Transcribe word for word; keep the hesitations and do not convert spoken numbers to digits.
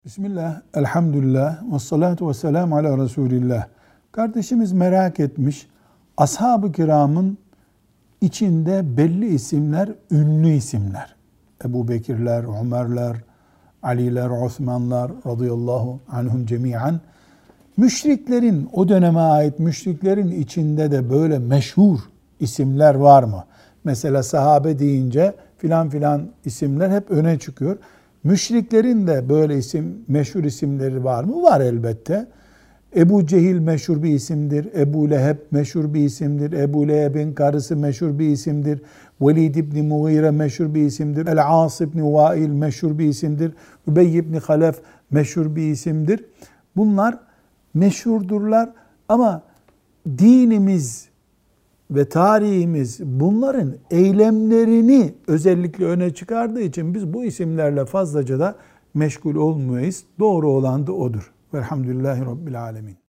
Bismillah, elhamdülillah, ve salatu ve selamu ala Resulillah. Kardeşimiz merak etmiş, ashab-ı kiramın içinde belli isimler, ünlü isimler. Ebu Bekirler, Ömerler, Aliler, Osmanlar radıyallahu anhum cemiyen. Müşriklerin, o döneme ait müşriklerin içinde de böyle meşhur isimler var mı? Mesela sahabe deyince filan filan isimler hep öne çıkıyor. Müşriklerin de böyle isim, meşhur isimleri var mı? Var elbette. Ebu Cehil meşhur bir isimdir. Ebu Leheb meşhur bir isimdir. Ebu Leheb'in karısı meşhur bir isimdir. Velid İbni Mughire meşhur bir isimdir. El-As İbni Vail meşhur bir isimdir. Übey İbni Halef meşhur bir isimdir. Bunlar meşhurdurlar ama dinimiz ve tarihimiz bunların eylemlerini özellikle öne çıkardığı için biz bu isimlerle fazlaca da meşgul olmayız. Doğru olan da odur. Velhamdülillahi Rabbil Alemin.